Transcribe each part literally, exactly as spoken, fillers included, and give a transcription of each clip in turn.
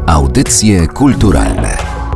Audycje kulturalne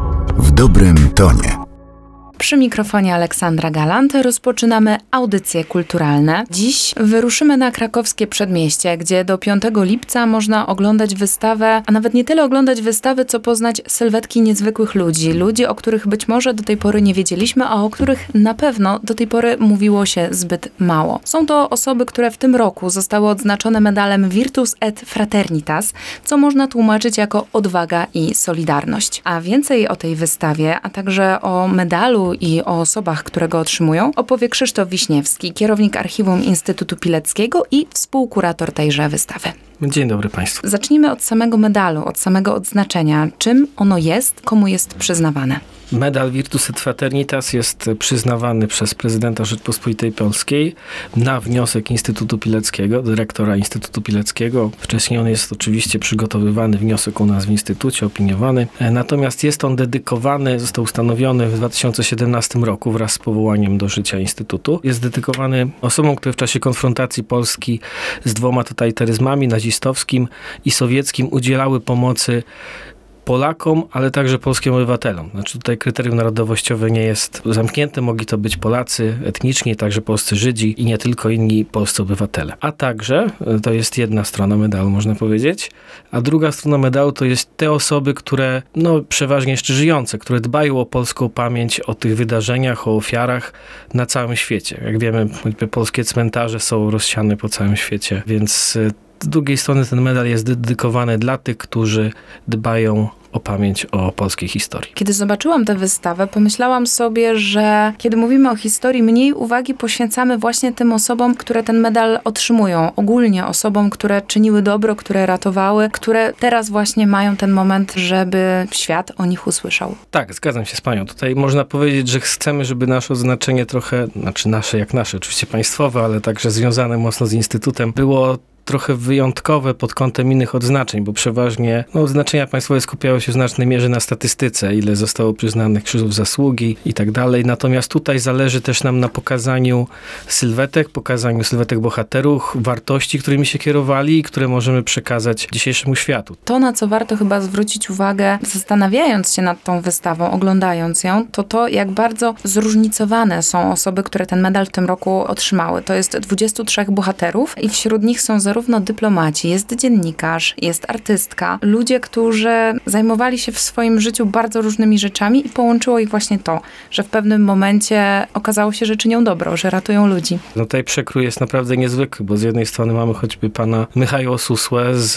w dobrym tonie. Przy mikrofonie Aleksandra Galant rozpoczynamy audycje kulturalne. Dziś wyruszymy na krakowskie przedmieście, gdzie do piątego lipca można oglądać wystawę, a nawet nie tyle oglądać wystawę, co poznać sylwetki niezwykłych ludzi. Ludzi, o których być może do tej pory nie wiedzieliśmy, a o których na pewno do tej pory mówiło się zbyt mało. Są to osoby, które w tym roku zostały odznaczone medalem Virtus et Fraternitas, co można tłumaczyć jako odwaga i solidarność. A więcej o tej wystawie, a także o medalu i o osobach, które go otrzymują, opowie Krzysztof Wiśniewski, kierownik Archiwum Instytutu Pileckiego i współkurator tejże wystawy. Dzień dobry Państwu. Zacznijmy od samego medalu, od samego odznaczenia. Czym ono jest, komu jest przyznawane? Medal Virtus et Fraternitas jest przyznawany przez prezydenta Rzeczpospolitej Polskiej na wniosek Instytutu Pileckiego, dyrektora Instytutu Pileckiego. Wcześniej on jest oczywiście przygotowywany, wniosek u nas w Instytucie, opiniowany. Natomiast jest on dedykowany, został ustanowiony w dwa tysiące siedemnastym roku wraz z powołaniem do życia Instytutu. Jest dedykowany osobom, które w czasie konfrontacji Polski z dwoma totalitaryzmami, nazistowskim i sowieckim, udzielały pomocy Polakom, ale także polskim obywatelom. Znaczy tutaj kryterium narodowościowe nie jest zamknięte. Mogli to być Polacy etniczni, także polscy Żydzi i nie tylko inni polscy obywatele. A także, to jest jedna strona medalu, można powiedzieć, a druga strona medalu to jest te osoby, które, no przeważnie jeszcze żyjące, które dbają o polską pamięć, o tych wydarzeniach, o ofiarach na całym świecie. Jak wiemy, polskie cmentarze są rozsiane po całym świecie, więc z drugiej strony ten medal jest dedykowany dla tych, którzy dbają o pamięć o polskiej historii. Kiedy zobaczyłam tę wystawę, pomyślałam sobie, że kiedy mówimy o historii, mniej uwagi poświęcamy właśnie tym osobom, które ten medal otrzymują. Ogólnie osobom, które czyniły dobro, które ratowały, które teraz właśnie mają ten moment, żeby świat o nich usłyszał. Tak, zgadzam się z panią. Tutaj można powiedzieć, że chcemy, żeby nasze oznaczenie trochę, znaczy nasze jak nasze, oczywiście państwowe, ale także związane mocno z Instytutem, było trochę wyjątkowe pod kątem innych odznaczeń, bo przeważnie no, odznaczenia państwowe skupiały się w znacznej mierze na statystyce, ile zostało przyznanych krzyżów zasługi i tak dalej. Natomiast tutaj zależy też nam na pokazaniu sylwetek, pokazaniu sylwetek bohaterów, wartości, którymi się kierowali i które możemy przekazać dzisiejszemu światu. To, na co warto chyba zwrócić uwagę, zastanawiając się nad tą wystawą, oglądając ją, to to, jak bardzo zróżnicowane są osoby, które ten medal w tym roku otrzymały. To jest dwudziestu trzech bohaterów i wśród nich są zarówno dyplomaci, jest dziennikarz, jest artystka, ludzie, którzy zajmowali się w swoim życiu bardzo różnymi rzeczami i połączyło ich właśnie to, że w pewnym momencie okazało się, że czynią dobro, że ratują ludzi. No tutaj przekrój jest naprawdę niezwykły, bo z jednej strony mamy choćby pana Michała Susłę z,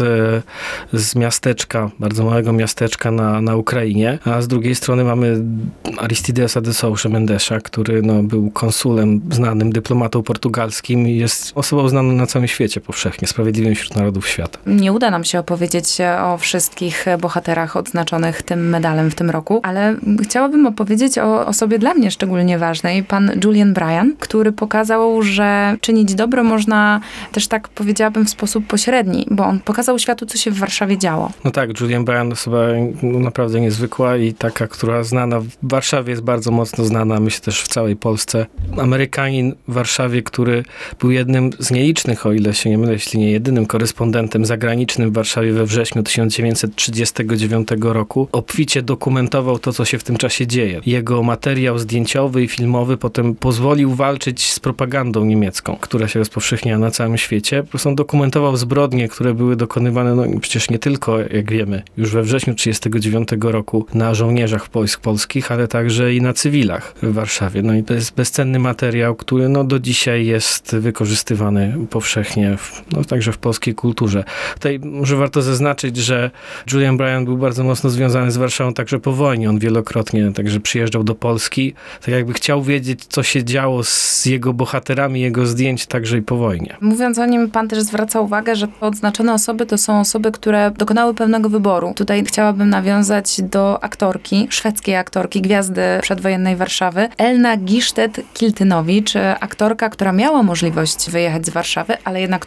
z miasteczka, bardzo małego miasteczka na, na Ukrainie, a z drugiej strony mamy Aristidesa de Sousa Mendesza, który no, był konsulem, znanym dyplomatą portugalskim i jest osobą znaną na całym świecie powszechnie. Sprawiedliwym wśród narodów świata. Nie uda nam się opowiedzieć o wszystkich bohaterach odznaczonych tym medalem w tym roku, ale chciałabym opowiedzieć o osobie dla mnie szczególnie ważnej, pan Julian Bryan, który pokazał, że czynić dobro można też tak powiedziałabym w sposób pośredni, bo on pokazał światu, co się w Warszawie działo. No tak, Julian Bryan osoba no, naprawdę niezwykła i taka, która znana w Warszawie jest bardzo mocno znana, myślę też w całej Polsce. Amerykanin w Warszawie, który był jednym z nielicznych, o ile się nie mylę, jeśli nie jedynym korespondentem zagranicznym w Warszawie we wrześniu tysiąc dziewięćset trzydziestego dziewiątego roku, obficie dokumentował to, co się w tym czasie dzieje. Jego materiał zdjęciowy i filmowy potem pozwolił walczyć z propagandą niemiecką, która się rozpowszechniała na całym świecie. Po prostu on dokumentował zbrodnie, które były dokonywane, no przecież nie tylko, jak wiemy, już we wrześniu trzydziestego dziewiątego roku na żołnierzach wojsk polskich, ale także i na cywilach w Warszawie. No i to jest bezcenny materiał, który no do dzisiaj jest wykorzystywany powszechnie w no także w polskiej kulturze. Tutaj może warto zaznaczyć, że Julian Bryan był bardzo mocno związany z Warszawą także po wojnie. On wielokrotnie także przyjeżdżał do Polski. Tak jakby chciał wiedzieć, co się działo z jego bohaterami, jego zdjęć także i po wojnie. Mówiąc o nim, pan też zwraca uwagę, że odznaczone osoby to są osoby, które dokonały pewnego wyboru. Tutaj chciałabym nawiązać do aktorki, szwedzkiej aktorki, gwiazdy przedwojennej Warszawy, Elna Gisztet-Kiltynowicz, aktorka, która miała możliwość wyjechać z Warszawy, ale jednak tu została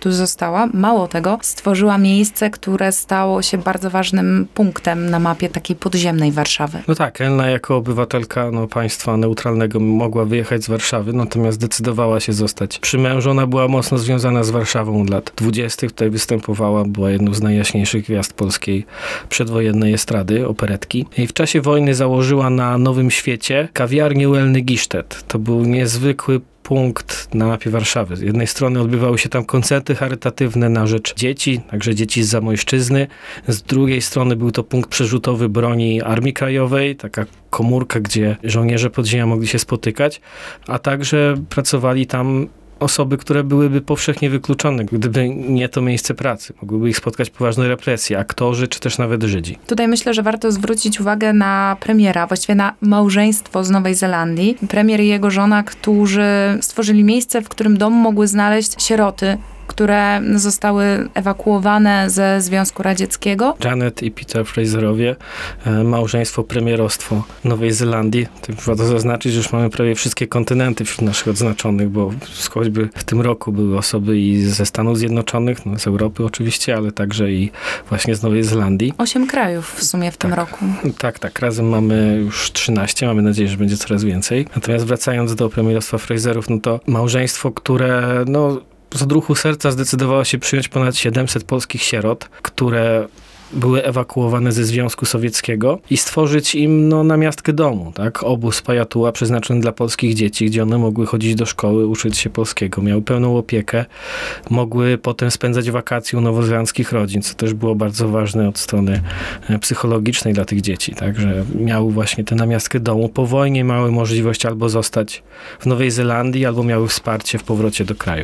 powstała. Mało tego, stworzyła miejsce, które stało się bardzo ważnym punktem na mapie takiej podziemnej Warszawy. No tak, Elna jako obywatelka no, państwa neutralnego mogła wyjechać z Warszawy, natomiast zdecydowała się zostać przy mężu. Ona była mocno związana z Warszawą od lat dwudziestych. Tutaj występowała, była jedną z najjaśniejszych gwiazd polskiej przedwojennej estrady, operetki. I w czasie wojny założyła na Nowym Świecie kawiarnię u Elny Gisztet. To był niezwykły punkt na mapie Warszawy. Z jednej strony odbywały się tam koncerty charytatywne na rzecz dzieci, także dzieci z Zamojszczyzny. Z drugiej strony był to punkt przerzutowy broni Armii Krajowej, taka komórka, gdzie żołnierze podziemia mogli się spotykać, a także pracowali tam osoby, które byłyby powszechnie wykluczone, gdyby nie to miejsce pracy. Mogłyby ich spotkać poważne represje, aktorzy, czy też nawet Żydzi. Tutaj myślę, że warto zwrócić uwagę na premiera, właściwie na małżeństwo z Nowej Zelandii. Premier i jego żona, którzy stworzyli miejsce, w którym dom mogły znaleźć sieroty, które zostały ewakuowane ze Związku Radzieckiego. Janet i Peter Fraserowie, małżeństwo, premierostwo Nowej Zelandii. To warto zaznaczyć, że już mamy prawie wszystkie kontynenty wśród naszych odznaczonych, bo choćby w tym roku były osoby i ze Stanów Zjednoczonych, no z Europy oczywiście, ale także i właśnie z Nowej Zelandii. Osiem krajów w sumie w tym tak. roku. Tak, tak. Razem mamy już trzynaście. Mamy nadzieję, że będzie coraz więcej. Natomiast wracając do premierostwa Fraserów, no to małżeństwo, które no z odruchu serca zdecydowało się przyjąć ponad siedemset polskich sierot, które były ewakuowane ze Związku Sowieckiego i stworzyć im no, namiastkę domu, tak? Obóz Pajatuła przeznaczony dla polskich dzieci, gdzie one mogły chodzić do szkoły, uczyć się polskiego. Miały pełną opiekę, mogły potem spędzać wakacje u nowozelandzkich rodzin, co też było bardzo ważne od strony psychologicznej dla tych dzieci, tak? Że miały właśnie tę namiastkę domu. Po wojnie miały możliwość albo zostać w Nowej Zelandii, albo miały wsparcie w powrocie do kraju.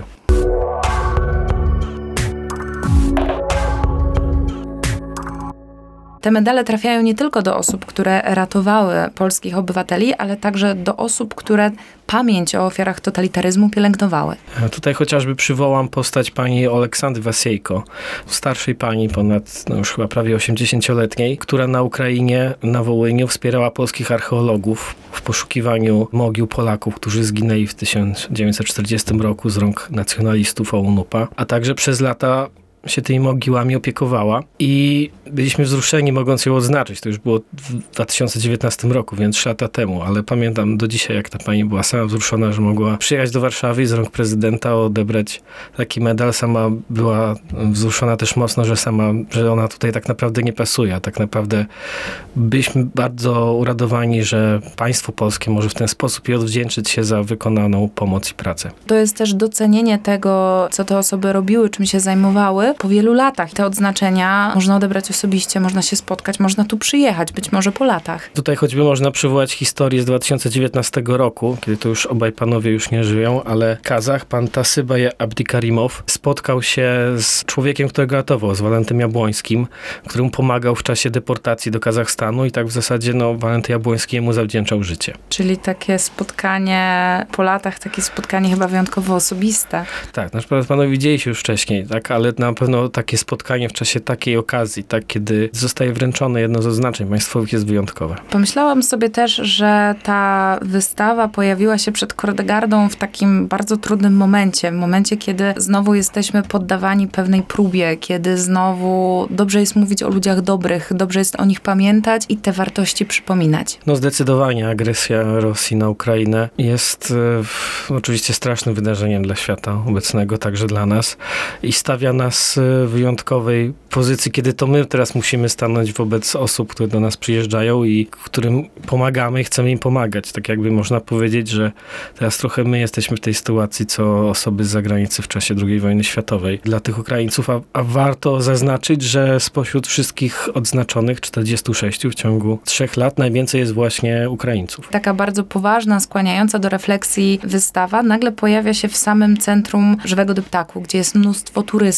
Te medale trafiają nie tylko do osób, które ratowały polskich obywateli, ale także do osób, które pamięć o ofiarach totalitaryzmu pielęgnowały. Tutaj chociażby przywołam postać pani Oleksandry Wasiejko, starszej pani, ponad no już chyba prawie osiemdziesięcioletniej, która na Ukrainie, na Wołyniu wspierała polskich archeologów w poszukiwaniu mogił Polaków, którzy zginęli w tysiąc dziewięćset czterdziestym roku z rąk nacjonalistów O U N U P a, a także przez lata się tymi mogiłami opiekowała i byliśmy wzruszeni, mogąc ją odznaczyć. To już było w dwa tysiące dziewiętnastym roku, więc trzy lata temu, ale pamiętam do dzisiaj, jak ta pani była sama wzruszona, że mogła przyjechać do Warszawy i z rąk prezydenta odebrać taki medal. Sama była wzruszona też mocno, że sama, że ona tutaj tak naprawdę nie pasuje, a tak naprawdę byliśmy bardzo uradowani, że państwo polskie może w ten sposób i odwdzięczyć się za wykonaną pomoc i pracę. To jest też docenienie tego, co te osoby robiły, czym się zajmowały. Po wielu latach te odznaczenia można odebrać osobiście, można się spotkać, można tu przyjechać, być może po latach. Tutaj choćby można przywołać historię z dwa tysiące dziewiętnastego roku, kiedy to już obaj panowie już nie żyją, ale Kazach, pan Tasyba Abdikarimow, spotkał się z człowiekiem, którego ratował, z Walentym Jabłońskim, któremu pomagał w czasie deportacji do Kazachstanu i tak w zasadzie no, Walenty Jabłoński mu zawdzięczał życie. Czyli takie spotkanie po latach, takie spotkanie chyba wyjątkowo osobiste. Tak, na przykład panowie widzieli się już wcześniej, tak, ale na pewno takie spotkanie w czasie takiej okazji, tak, kiedy zostaje wręczone jedno z oznaczeń państwowych, jest wyjątkowe. Pomyślałam sobie też, że ta wystawa pojawiła się przed Kordegardą w takim bardzo trudnym momencie, w momencie, kiedy znowu jesteśmy poddawani pewnej próbie, kiedy znowu dobrze jest mówić o ludziach dobrych, dobrze jest o nich pamiętać i te wartości przypominać. No zdecydowanie agresja Rosji na Ukrainę jest e, oczywiście strasznym wydarzeniem dla świata obecnego, także dla nas i stawia nas w wyjątkowej pozycji, kiedy to my teraz musimy stanąć wobec osób, które do nas przyjeżdżają i którym pomagamy i chcemy im pomagać. Tak jakby można powiedzieć, że teraz trochę my jesteśmy w tej sytuacji, co osoby z zagranicy w czasie drugiej wojny światowej dla tych Ukraińców, a, a warto zaznaczyć, że spośród wszystkich odznaczonych czterdziestu sześciu w ciągu trzech lat najwięcej jest właśnie Ukraińców. Taka bardzo poważna, skłaniająca do refleksji wystawa nagle pojawia się w samym centrum Żywego Deptaku, gdzie jest mnóstwo turystów,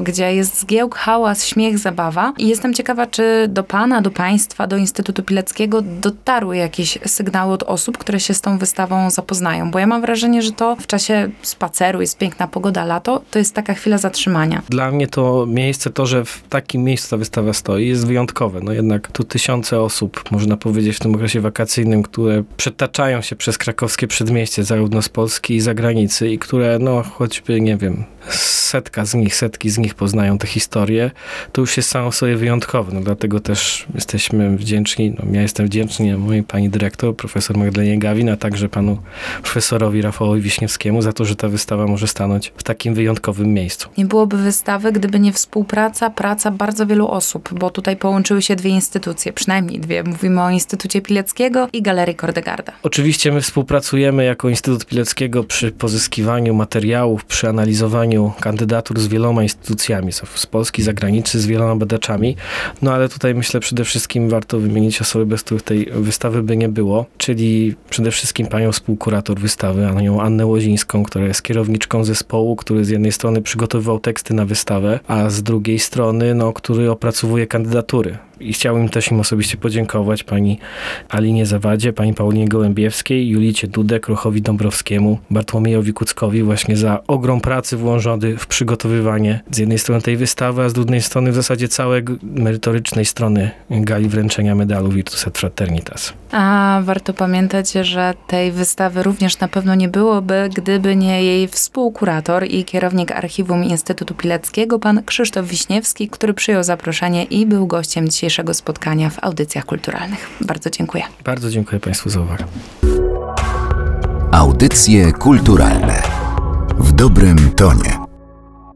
gdzie jest zgiełk, hałas, śmiech, zabawa. I jestem ciekawa, czy do pana, do państwa, do Instytutu Pileckiego dotarły jakieś sygnały od osób, które się z tą wystawą zapoznają. Bo ja mam wrażenie, że to w czasie spaceru, jest piękna pogoda, lato, to jest taka chwila zatrzymania. Dla mnie to miejsce, to, że w takim miejscu ta wystawa stoi, jest wyjątkowe. No jednak tu tysiące osób, można powiedzieć, w tym okresie wakacyjnym, które przetaczają się przez krakowskie przedmieście, zarówno z Polski i zagranicy i które, no choćby, nie wiem, setka z nich, setki z nich poznają tę historię, to już jest samo sobie wyjątkowe. No dlatego też jesteśmy wdzięczni, no ja jestem wdzięczny mojej pani dyrektor, profesor Magdalenie Gawin, a także panu profesorowi Rafałowi Wiśniewskiemu za to, że ta wystawa może stanąć w takim wyjątkowym miejscu. Nie byłoby wystawy, gdyby nie współpraca, praca bardzo wielu osób, bo tutaj połączyły się dwie instytucje, przynajmniej dwie. Mówimy o Instytucie Pileckiego i Galerii Kordegarda. Oczywiście my współpracujemy jako Instytut Pileckiego przy pozyskiwaniu materiałów, przy analizowaniu kandydatur z wieloma instytucjami, z Polski, z zagranicy, z wieloma badaczami, no ale tutaj myślę przede wszystkim warto wymienić osoby, bez których tej wystawy by nie było, czyli przede wszystkim panią współkurator wystawy, panią Annę Łozińską, która jest kierowniczką zespołu, który z jednej strony przygotowywał teksty na wystawę, a z drugiej strony, no, który opracowuje kandydatury. I chciałbym też im osobiście podziękować pani Alinie Zawadzie, pani Paulinie Gołębiewskiej, Julicie Dudek, Rochowi Dąbrowskiemu, Bartłomiejowi Kuckowi właśnie za ogrom pracy włożony w przygotowywanie z jednej strony tej wystawy, a z drugiej strony w zasadzie całej merytorycznej strony gali wręczenia medalu Virtus et Fraternitas. A warto pamiętać, że tej wystawy również na pewno nie byłoby, gdyby nie jej współkurator i kierownik archiwum Instytutu Pileckiego, pan Krzysztof Wiśniewski, który przyjął zaproszenie i był gościem dzisiejszego spotkania w audycjach kulturalnych. Bardzo dziękuję. Bardzo dziękuję państwu za uwagę. Audycje kulturalne w dobrym tonie.